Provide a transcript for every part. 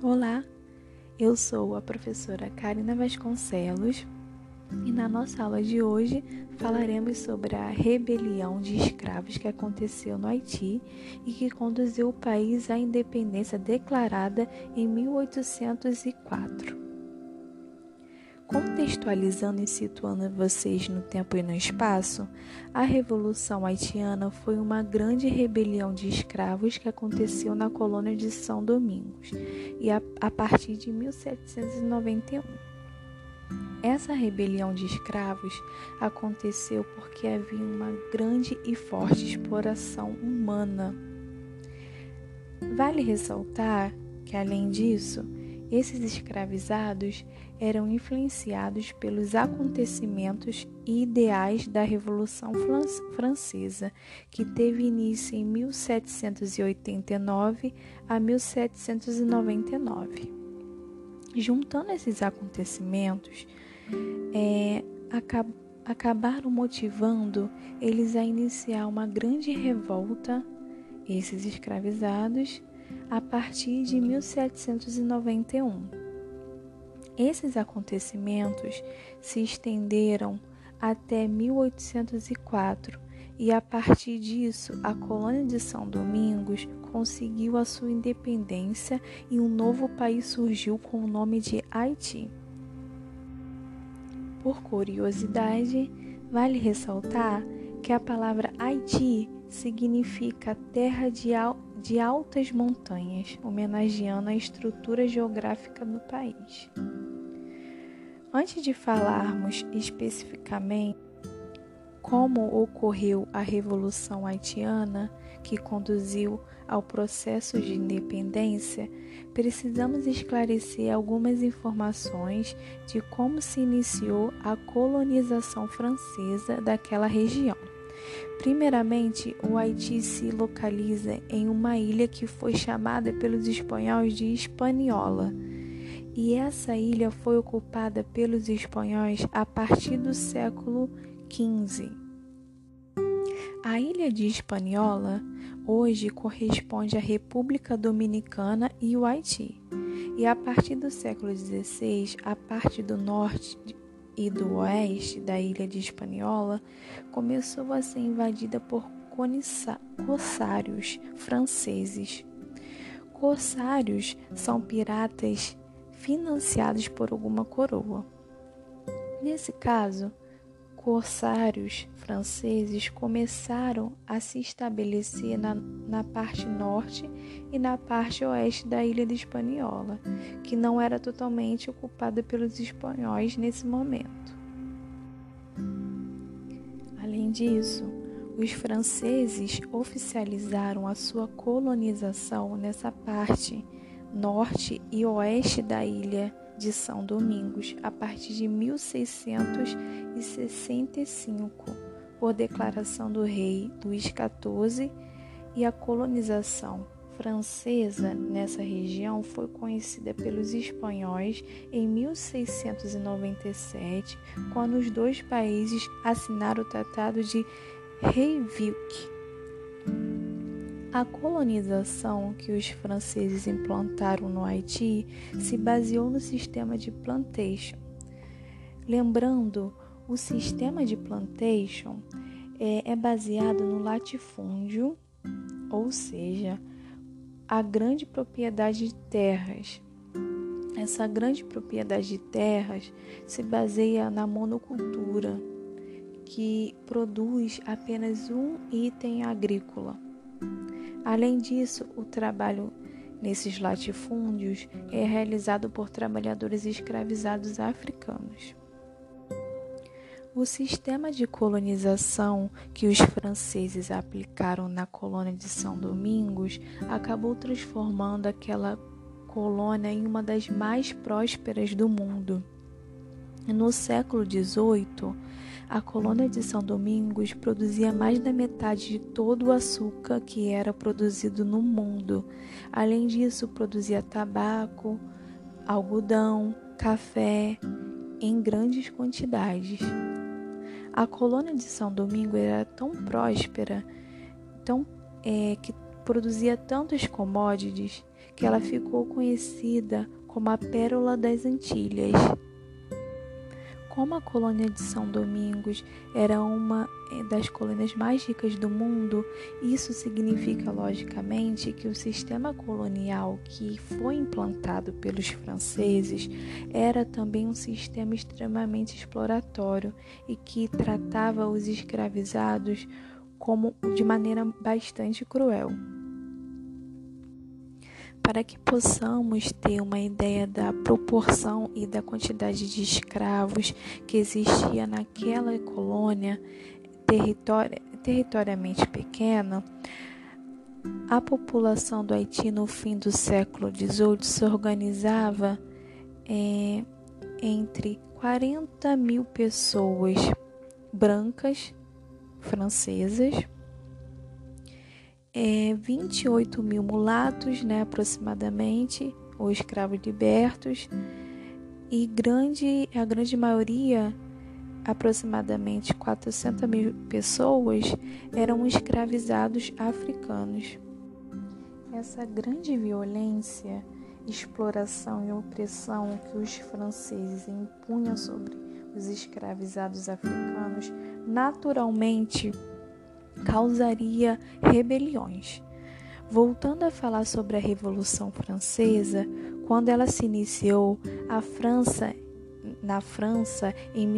Olá, eu sou a professora Karina Vasconcelos e na nossa aula de hoje falaremos sobre a rebelião de escravos que aconteceu no Haiti e que conduziu o país à independência declarada em 1804. Contextualizando e situando vocês no tempo e no espaço, a Revolução Haitiana foi uma grande rebelião de escravos que aconteceu na colônia de São Domingos e a partir de 1791. Essa rebelião de escravos aconteceu porque havia uma grande e forte exploração humana. Vale ressaltar que, além disso, esses escravizados eram influenciados pelos acontecimentos e ideais da Revolução Francesa, que teve início em 1789 a 1799. Juntando esses acontecimentos, acabaram motivando eles a iniciar uma grande revolta, esses escravizados, a partir de 1791. Esses acontecimentos se estenderam até 1804 e, a partir disso, a colônia de São Domingos conseguiu a sua independência e um novo país surgiu com o nome de Haiti. Por curiosidade, vale ressaltar que a palavra Haiti significa terra de altas montanhas, homenageando a estrutura geográfica do país. Antes de falarmos especificamente como ocorreu a Revolução Haitiana, que conduziu ao processo de independência, precisamos esclarecer algumas informações de como se iniciou a colonização francesa daquela região. Primeiramente, o Haiti se localiza em uma ilha que foi chamada pelos espanhóis de Hispaniola, e essa ilha foi ocupada pelos espanhóis a partir do século XV. A ilha de Hispaniola hoje corresponde à República Dominicana e o Haiti, e a partir do século XVI, a parte do norte e do oeste da ilha de Hispaniola começou a ser invadida por corsários franceses. Corsários são piratas financiados por alguma coroa. Nesse caso, corsários franceses começaram a se estabelecer na parte norte e na parte oeste da ilha de Hispaniola, que não era totalmente ocupada pelos espanhóis nesse momento. Além disso, os franceses oficializaram a sua colonização nessa parte norte e oeste da ilha de São Domingos a partir de 1665, por declaração do rei Luís XIV, e a colonização francesa nessa região foi conhecida pelos espanhóis em 1697, quando os dois países assinaram o Tratado de Ryswick. A colonização que os franceses implantaram no Haiti se baseou no sistema de plantation. Lembrando, o sistema de plantation é baseado no latifúndio, ou seja, a grande propriedade de terras. Essa grande propriedade de terras se baseia na monocultura, que produz apenas um item agrícola. Além disso, o trabalho nesses latifúndios é realizado por trabalhadores escravizados africanos. O sistema de colonização que os franceses aplicaram na colônia de São Domingos acabou transformando aquela colônia em uma das mais prósperas do mundo. No século XVIII, a colônia de São Domingos produzia mais da metade de todo o açúcar que era produzido no mundo. Além disso, produzia tabaco, algodão, café em grandes quantidades. A colônia de São Domingos era tão próspera, que produzia tantos commodities que ela ficou conhecida como a Pérola das Antilhas. Como a colônia de São Domingos era uma das colônias mais ricas do mundo, isso significa, logicamente, que o sistema colonial que foi implantado pelos franceses era também um sistema extremamente exploratório e que tratava os escravizados de maneira bastante cruel. Para que possamos ter uma ideia da proporção e da quantidade de escravos que existia naquela colônia territorialmente pequena, a população do Haiti no fim do século XVIII se organizava entre 40 mil pessoas brancas francesas, 28 mil mulatos, aproximadamente, ou escravos libertos, e a grande maioria, aproximadamente 400 mil pessoas, eram escravizados africanos. Essa grande violência, exploração e opressão que os franceses impunham sobre os escravizados africanos, naturalmente causaria rebeliões. Voltando a falar sobre a Revolução Francesa, quando ela se iniciou, na França, em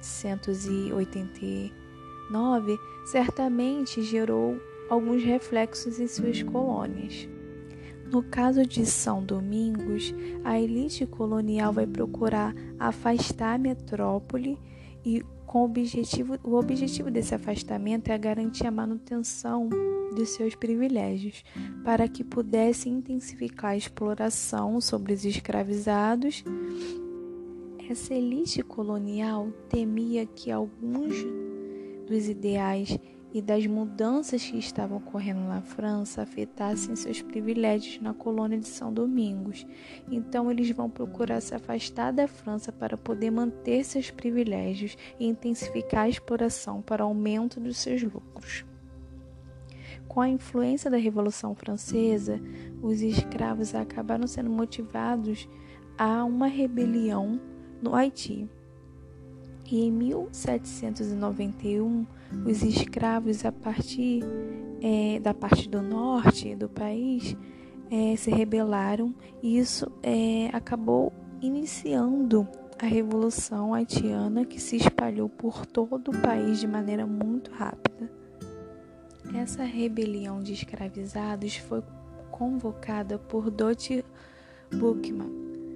1789, certamente gerou alguns reflexos em suas colônias. No caso de São Domingos, a elite colonial vai procurar afastar a metrópole e o objetivo desse afastamento é garantir a manutenção de seus privilégios, para que pudesse intensificar a exploração sobre os escravizados. Essa elite colonial temia que alguns dos ideais e das mudanças que estavam ocorrendo na França afetassem seus privilégios na colônia de São Domingos. Então, eles vão procurar se afastar da França para poder manter seus privilégios e intensificar a exploração para aumento dos seus lucros. Com a influência da Revolução Francesa, os escravos acabaram sendo motivados a uma rebelião no Haiti. E em 1791, os escravos da parte do norte do país se rebelaram, e isso acabou iniciando a Revolução Haitiana, que se espalhou por todo o país de maneira muito rápida. Essa rebelião de escravizados foi convocada por Doti Boukman,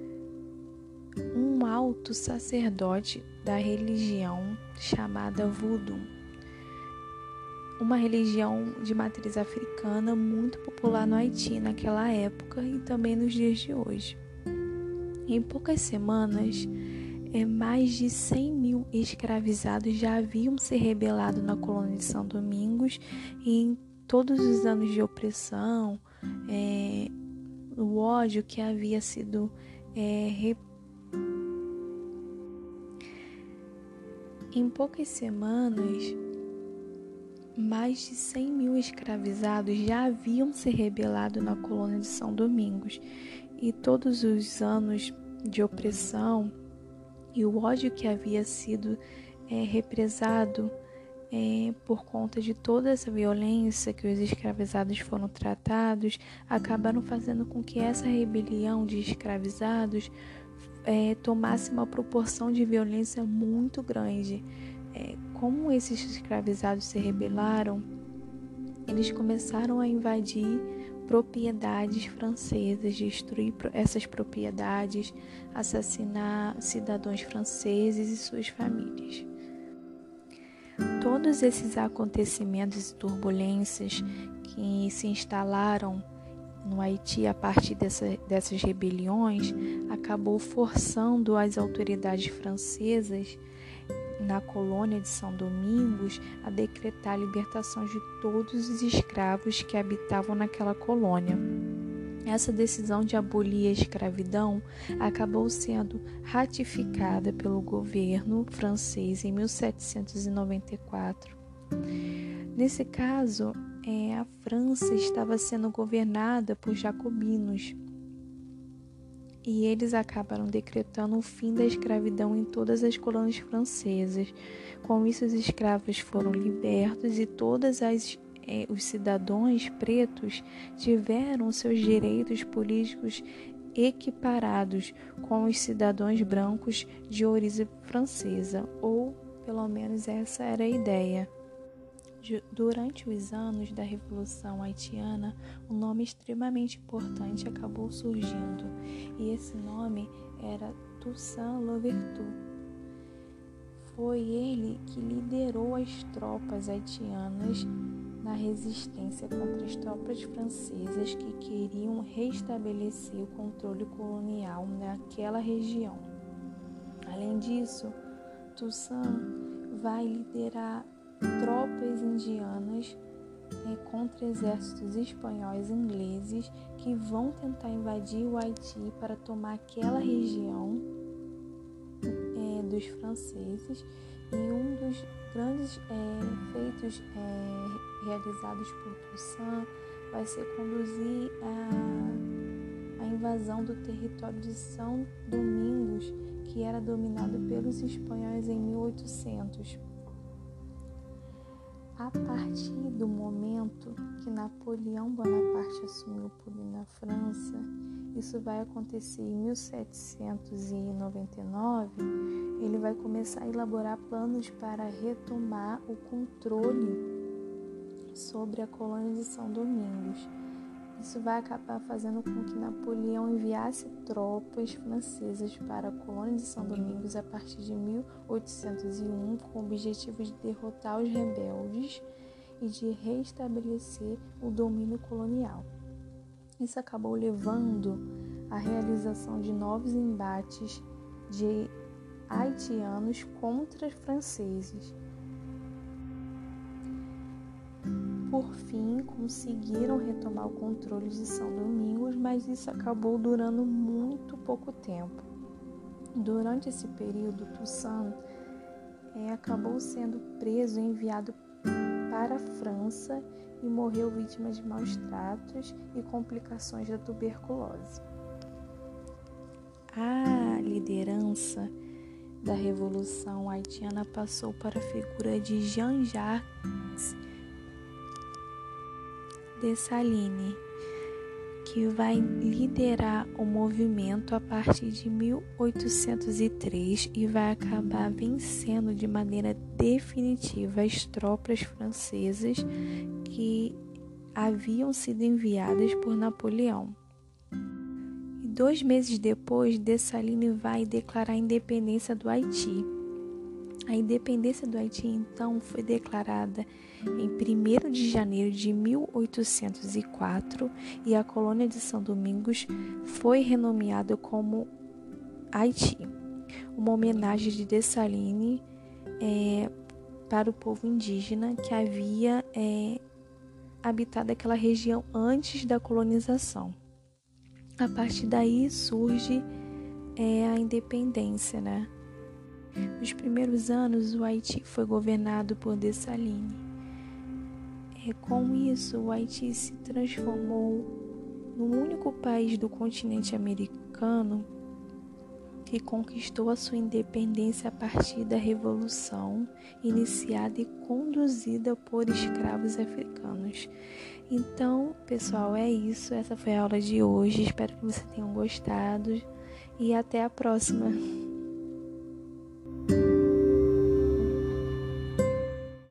um alto sacerdote da religião chamada Voodoo, uma religião de matriz africana muito popular no Haiti naquela época e também nos dias de hoje. Em poucas semanas, mais de 100 mil escravizados já haviam se rebelado na colônia de São Domingos, e em todos os anos de opressão, o ódio que havia sido Em poucas semanas, mais de 100 mil escravizados já haviam se rebelado na colônia de São Domingos, e todos os anos de opressão e o ódio que havia sido represado por conta de toda essa violência que os escravizados foram tratados, acabaram fazendo com que essa rebelião de escravizados tomasse uma proporção de violência muito grande. Como esses escravizados se rebelaram, eles começaram a invadir propriedades francesas, destruir essas propriedades, assassinar cidadãos franceses e suas famílias. Todos esses acontecimentos e turbulências que se instalaram no Haiti a partir dessas rebeliões acabou forçando as autoridades francesas na colônia de São Domingos a decretar a libertação de todos os escravos que habitavam naquela colônia. Essa decisão de abolir a escravidão acabou sendo ratificada pelo governo francês em 1794. Nesse caso, a França estava sendo governada por jacobinos e eles acabaram decretando o fim da escravidão em todas as colônias francesas. Com isso, os escravos foram libertos e os cidadãos pretos tiveram seus direitos políticos equiparados com os cidadãos brancos de origem francesa, ou pelo menos essa era a ideia. Durante os anos da Revolução Haitiana, um nome extremamente importante acabou surgindo, e esse nome era Toussaint Louverture. Foi ele que liderou as tropas haitianas na resistência contra as tropas francesas que queriam restabelecer o controle colonial naquela região. Além disso, Toussaint vai liderar tropas indianas contra exércitos espanhóis e ingleses que vão tentar invadir o Haiti para tomar aquela região dos franceses. E um dos grandes feitos realizados por Toussaint vai ser conduzir a invasão do território de São Domingos, que era dominado pelos espanhóis em 1800. A partir do momento que Napoleão Bonaparte assumiu o poder na França, isso vai acontecer em 1799, ele vai começar a elaborar planos para retomar o controle sobre a colônia de São Domingos. Isso vai acabar fazendo com que Napoleão enviasse tropas francesas para a colônia de São Domingos a partir de 1801, com o objetivo de derrotar os rebeldes e de restabelecer o domínio colonial. Isso acabou levando à realização de novos embates de haitianos contra franceses. Por fim, conseguiram retomar o controle de São Domingos, mas isso acabou durando muito pouco tempo. Durante esse período, Toussaint acabou sendo preso e enviado para a França e morreu vítima de maus tratos e complicações da tuberculose. A liderança da Revolução Haitiana passou para a figura de Jean-Jacques Dessalines, que vai liderar o movimento a partir de 1803 e vai acabar vencendo de maneira definitiva as tropas francesas que haviam sido enviadas por Napoleão. E 2 meses depois, Dessalines vai declarar a independência do Haiti. A independência do Haiti, então, foi declarada em 1º de janeiro de 1804 e a colônia de São Domingos foi renomeada como Haiti, uma homenagem de Dessalines para o povo indígena que havia habitado aquela região antes da colonização. A partir daí surge a independência, né? Nos primeiros anos, o Haiti foi governado por Dessalines. Com isso, o Haiti se transformou no único país do continente americano que conquistou a sua independência a partir da Revolução, iniciada e conduzida por escravos africanos. Então, pessoal, é isso. Essa foi a aula de hoje. Espero que vocês tenham gostado e até a próxima.